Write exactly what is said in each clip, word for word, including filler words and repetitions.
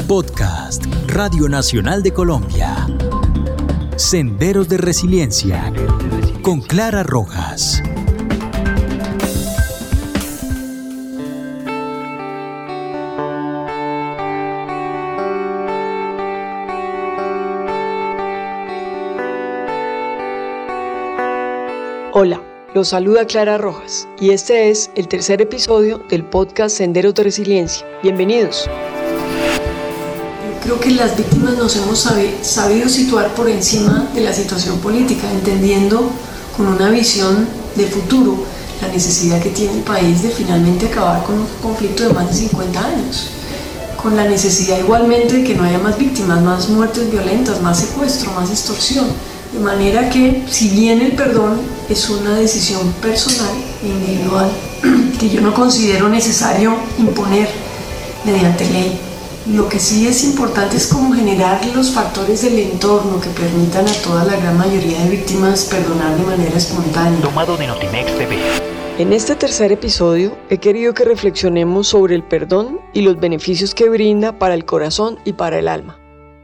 Podcast Radio Nacional de Colombia. Senderos de Resiliencia con Clara Rojas. Hola, los saluda Clara Rojas y este es el tercer episodio del podcast Senderos de Resiliencia. Bienvenidos. Creo que las víctimas nos hemos sabido situar por encima de la situación política, entendiendo con una visión de futuro la necesidad que tiene el país de finalmente acabar con un conflicto de más de cincuenta años, con la necesidad igualmente de que no haya más víctimas, más muertes violentas, más secuestro, más extorsión. De manera que, si bien el perdón es una decisión personal e individual que yo no considero necesario imponer mediante ley, lo que sí es importante es cómo generar los factores del entorno que permitan a toda la gran mayoría de víctimas perdonar de manera espontánea. Tomado de Notimex T V. En este tercer episodio he querido que reflexionemos sobre el perdón y los beneficios que brinda para el corazón y para el alma.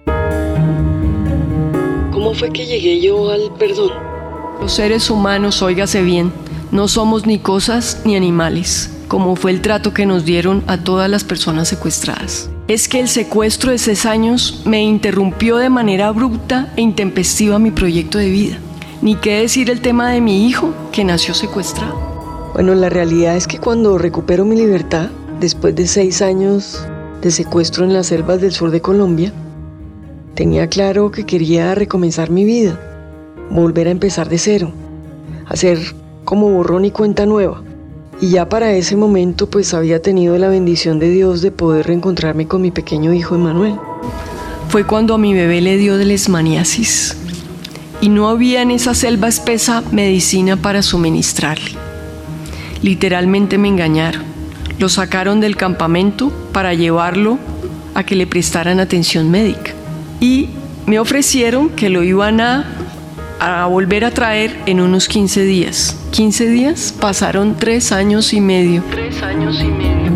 ¿Cómo fue que llegué yo al perdón? Los seres humanos, óigase bien, no somos ni cosas ni animales, como fue el trato que nos dieron a todas las personas secuestradas. Es que el secuestro de seis años me interrumpió de manera abrupta e intempestiva mi proyecto de vida. Ni qué decir el tema de mi hijo, que nació secuestrado. Bueno, la realidad es que cuando recupero mi libertad, después de seis años de secuestro en las selvas del sur de Colombia, tenía claro que quería recomenzar mi vida, volver a empezar de cero, hacer como borrón y cuenta nueva. Y ya para ese momento pues había tenido la bendición de Dios de poder reencontrarme con mi pequeño hijo Emanuel. Fue cuando a mi bebé le dio de leishmaniasis y no había en esa selva espesa medicina para suministrarle. Literalmente me engañaron. Lo sacaron del campamento para llevarlo a que le prestaran atención médica. Y me ofrecieron que lo iban a, a volver a traer en unos quince días. quince días, pasaron tres años y medio. Tres años y medio.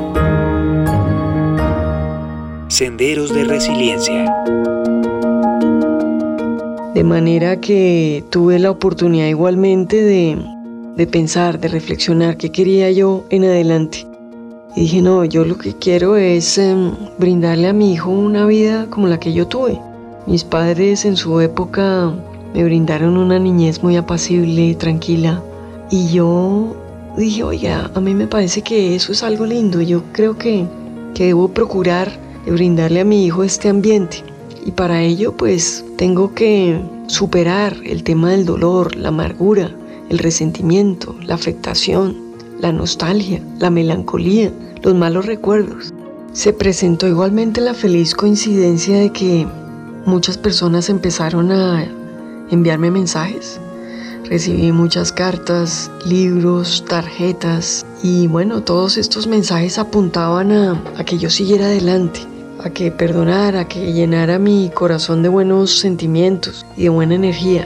Senderos de Resiliencia. De manera que tuve la oportunidad igualmente de, de pensar, de reflexionar qué quería yo en adelante. Y dije, no, yo lo que quiero es eh, brindarle a mi hijo una vida como la que yo tuve. Mis padres en su época me brindaron una niñez muy apacible, tranquila. Y yo dije, oiga, a mí me parece que eso es algo lindo. Yo creo que, que debo procurar de brindarle a mi hijo este ambiente. Y para ello, pues, tengo que superar el tema del dolor, la amargura, el resentimiento, la afectación, la nostalgia, la melancolía, los malos recuerdos. Se presentó igualmente la feliz coincidencia de que muchas personas empezaron a enviarme mensajes. Recibí muchas cartas, libros, tarjetas y bueno, todos estos mensajes apuntaban a, a que yo siguiera adelante, a que perdonara, a que llenara mi corazón de buenos sentimientos y de buena energía.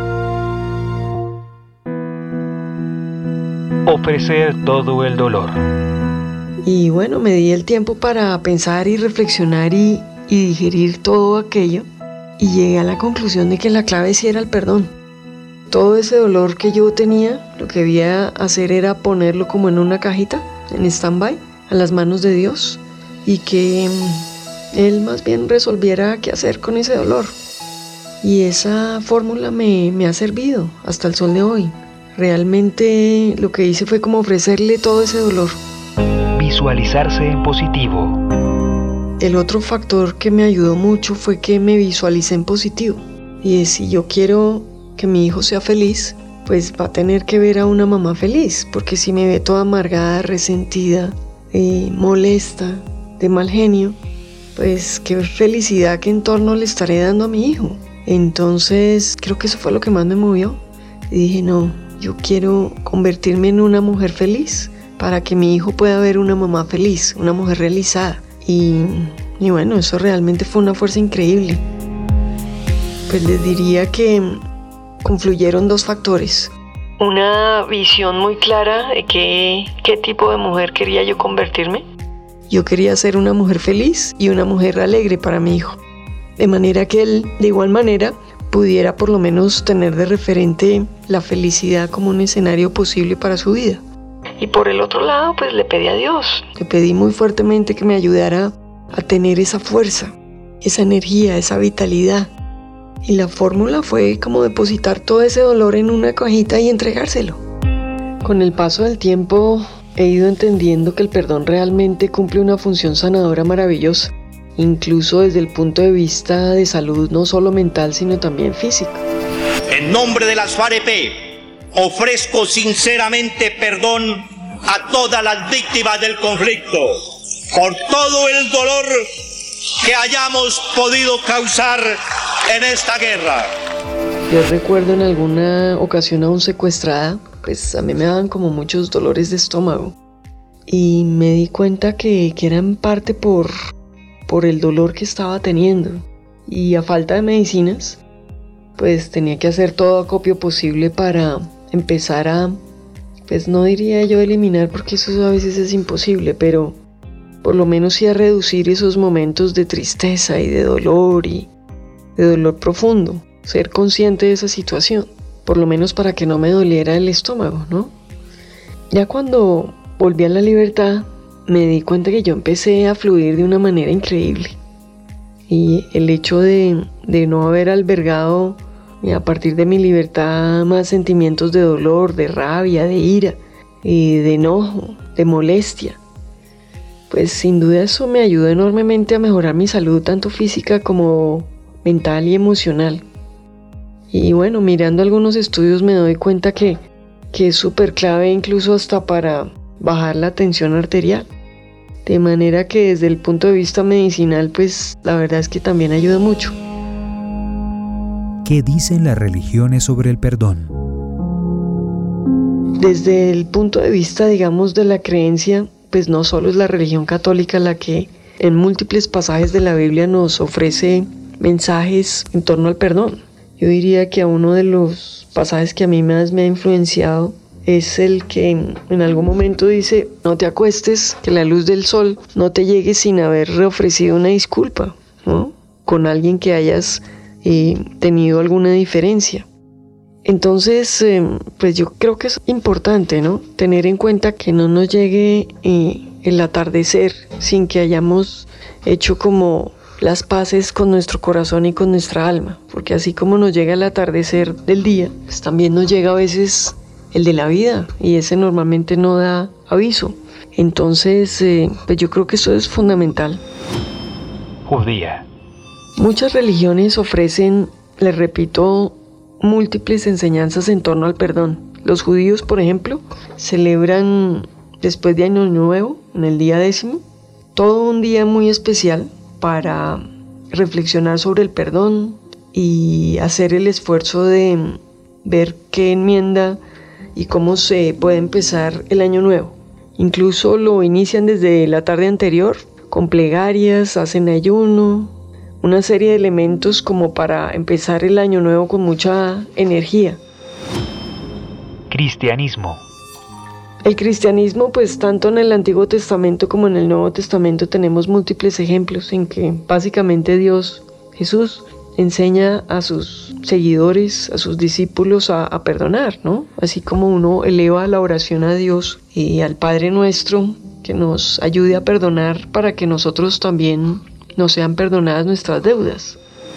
Ofrecer todo el dolor. Y bueno, me di el tiempo para pensar y reflexionar y, y digerir todo aquello y llegué a la conclusión de que la clave sí era el perdón. Todo ese dolor que yo tenía, lo que debía hacer era ponerlo como en una cajita, en stand-by, a las manos de Dios y que Él más bien resolviera qué hacer con ese dolor. Y esa fórmula me, me ha servido hasta el sol de hoy. Realmente lo que hice fue como ofrecerle todo ese dolor. Visualizarse en positivo. El otro factor que me ayudó mucho fue que me visualicé en positivo. Y si yo quiero que mi hijo sea feliz, pues va a tener que ver a una mamá feliz. Porque si me ve toda amargada, resentida, eh, molesta, de mal genio, pues qué felicidad, qué entorno le estaré dando a mi hijo. Entonces creo que eso fue lo que más me movió. Y dije, no, yo quiero convertirme en una mujer feliz para que mi hijo pueda ver una mamá feliz, una mujer realizada. Y, y bueno, eso realmente fue una fuerza increíble. Pues les diría que confluyeron dos factores. Una visión muy clara de qué, qué tipo de mujer quería yo convertirme Yo quería ser una mujer feliz y una mujer alegre para mi hijo, de manera que él, de igual manera, pudiera por lo menos tener de referente la felicidad como un escenario posible para su vida. Y por el otro lado, pues le pedí a Dios, le pedí muy fuertemente que me ayudara a tener esa fuerza, esa energía, esa vitalidad. Y la fórmula fue como depositar todo ese dolor en una cajita y entregárselo. Con el paso del tiempo he ido entendiendo que el perdón realmente cumple una función sanadora maravillosa, incluso desde el punto de vista de salud no solo mental sino también física. En nombre de las FAREP, ofrezco sinceramente perdón a todas las víctimas del conflicto por todo el dolor que hayamos podido causar en esta guerra. Yo recuerdo en alguna ocasión aún secuestrada, pues a mí me daban como muchos dolores de estómago y me di cuenta que, que era en parte por, por el dolor que estaba teniendo, y a falta de medicinas pues tenía que hacer todo acopio posible para empezar a, pues no diría yo eliminar porque eso a veces es imposible, pero por lo menos sí a reducir esos momentos de tristeza y de dolor y de dolor profundo, ser consciente de esa situación, por lo menos para que no me doliera el estómago, ¿no? Ya cuando volví a la libertad, me di cuenta que yo empecé a fluir de una manera increíble. Y el hecho de, de no haber albergado a partir de mi libertad más sentimientos de dolor, de rabia, de ira, y de enojo, de molestia, pues sin duda eso me ayudó enormemente a mejorar mi salud tanto física como mental y emocional. Y bueno, mirando algunos estudios me doy cuenta que, que es súper clave incluso hasta para bajar la tensión arterial. De manera que desde el punto de vista medicinal, pues la verdad es que también ayuda mucho. ¿Qué dicen las religiones sobre el perdón? Desde el punto de vista, digamos, de la creencia, pues no solo es la religión católica la que en múltiples pasajes de la Biblia nos ofrece mensajes en torno al perdón. Yo diría que a uno de los pasajes que a mí más me ha influenciado es el que en algún momento dice: no te acuestes, que la luz del sol no te llegue sin haber ofrecido una disculpa, ¿no? Con alguien que hayas eh, tenido alguna diferencia. Entonces, eh, pues yo creo que es importante, ¿no? Tener en cuenta que no nos llegue eh, el atardecer sin que hayamos hecho como las paces con nuestro corazón y con nuestra alma, porque así como nos llega el atardecer del día, pues también nos llega a veces el de la vida, y ese normalmente no da aviso. Entonces, eh, pues yo creo que eso es fundamental. Judía. Muchas religiones ofrecen, les repito, múltiples enseñanzas en torno al perdón. Los judíos, por ejemplo, celebran después de Año Nuevo, en el día décimo, todo un día muy especial para reflexionar sobre el perdón y hacer el esfuerzo de ver qué enmienda y cómo se puede empezar el año nuevo. Incluso lo inician desde la tarde anterior, con plegarias, hacen ayuno, una serie de elementos como para empezar el año nuevo con mucha energía. Cristianismo. El cristianismo, pues tanto en el Antiguo Testamento como en el Nuevo Testamento tenemos múltiples ejemplos en que básicamente Dios, Jesús, enseña a sus seguidores, a sus discípulos a, a perdonar, ¿no? Así como uno eleva la oración a Dios y al Padre Nuestro, que nos ayude a perdonar para que nosotros también nos sean perdonadas nuestras deudas.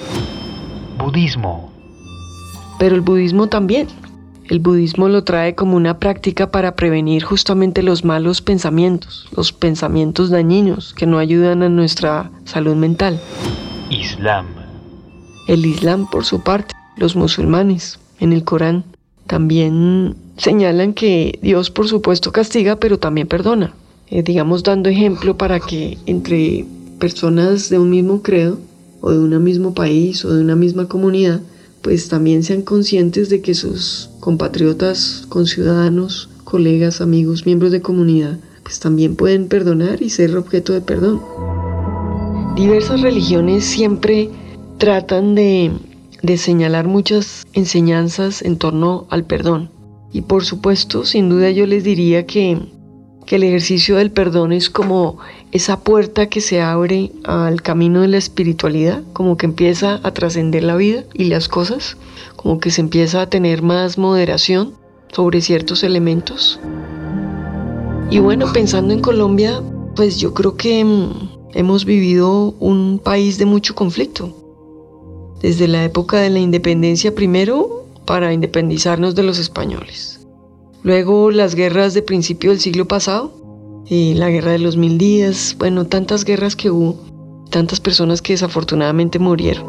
Budismo. Pero el budismo también. El budismo lo trae como una práctica para prevenir justamente los malos pensamientos, los pensamientos dañinos que no ayudan a nuestra salud mental. Islam. El Islam, por su parte, los musulmanes, en el Corán, también señalan que Dios, por supuesto, castiga, pero también perdona. Eh, digamos, dando ejemplo para que entre personas de un mismo credo, o de un mismo país, o de una misma comunidad, pues también sean conscientes de que sus compatriotas, conciudadanos, colegas, amigos, miembros de comunidad, pues también pueden perdonar y ser objeto de perdón. Diversas religiones siempre tratan de, de señalar muchas enseñanzas en torno al perdón. Y por supuesto, sin duda yo les diría que que el ejercicio del perdón es como esa puerta que se abre al camino de la espiritualidad, como que empieza a trascender la vida y las cosas, como que se empieza a tener más moderación sobre ciertos elementos. Y bueno, pensando en Colombia, pues yo creo que mm, hemos vivido un país de mucho conflicto. Desde la época de la independencia primero, para independizarnos de los españoles. Luego las guerras de principio del siglo pasado, y la guerra de los mil días, bueno, tantas guerras que hubo, tantas personas que desafortunadamente murieron.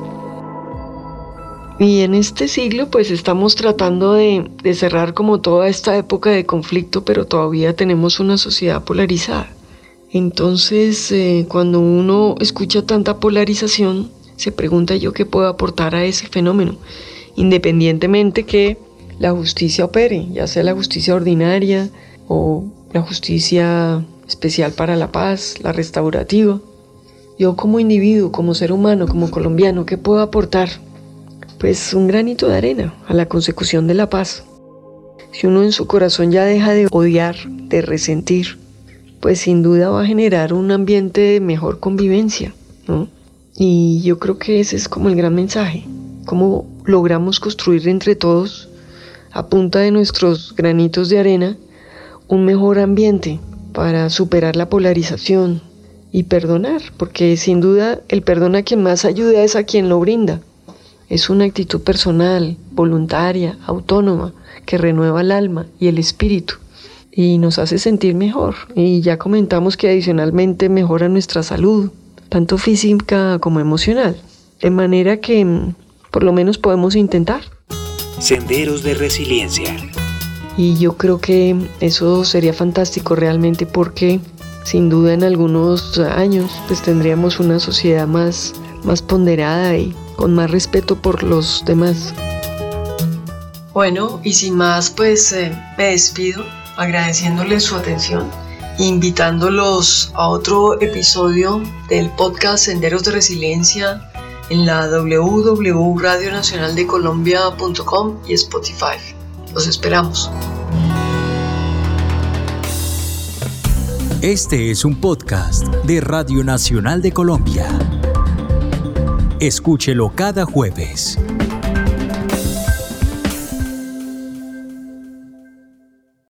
Y en este siglo pues estamos tratando de, de cerrar como toda esta época de conflicto, pero todavía tenemos una sociedad polarizada. Entonces eh, cuando uno escucha tanta polarización, se pregunta yo qué puedo aportar a ese fenómeno, independientemente que la justicia opere, ya sea la justicia ordinaria o la justicia especial para la paz, la restaurativa. Yo como individuo, como ser humano, como colombiano, ¿qué puedo aportar? Pues un granito de arena a la consecución de la paz. Si uno en su corazón ya deja de odiar, de resentir, pues sin duda va a generar un ambiente de mejor convivencia, ¿no? Y yo creo que ese es como el gran mensaje, cómo logramos construir entre todos, a punta de nuestros granitos de arena, un mejor ambiente para superar la polarización y perdonar, porque sin duda el perdón a quien más ayuda es a quien lo brinda. Es una actitud personal, voluntaria, autónoma, que renueva el alma y el espíritu y nos hace sentir mejor. Y ya comentamos que adicionalmente mejora nuestra salud, tanto física como emocional. De manera que por lo menos podemos intentar. Senderos de Resiliencia. Y yo creo que eso sería fantástico realmente, porque sin duda en algunos años pues tendríamos una sociedad más, más ponderada y con más respeto por los demás. Bueno, y sin más pues eh, me despido agradeciéndoles su atención e invitándolos a otro episodio del podcast Senderos de Resiliencia en la doble u doble u doble u punto radio nacional de colombia punto com y Spotify. Los esperamos. Este es un podcast de Radio Nacional de Colombia. Escúchelo cada jueves.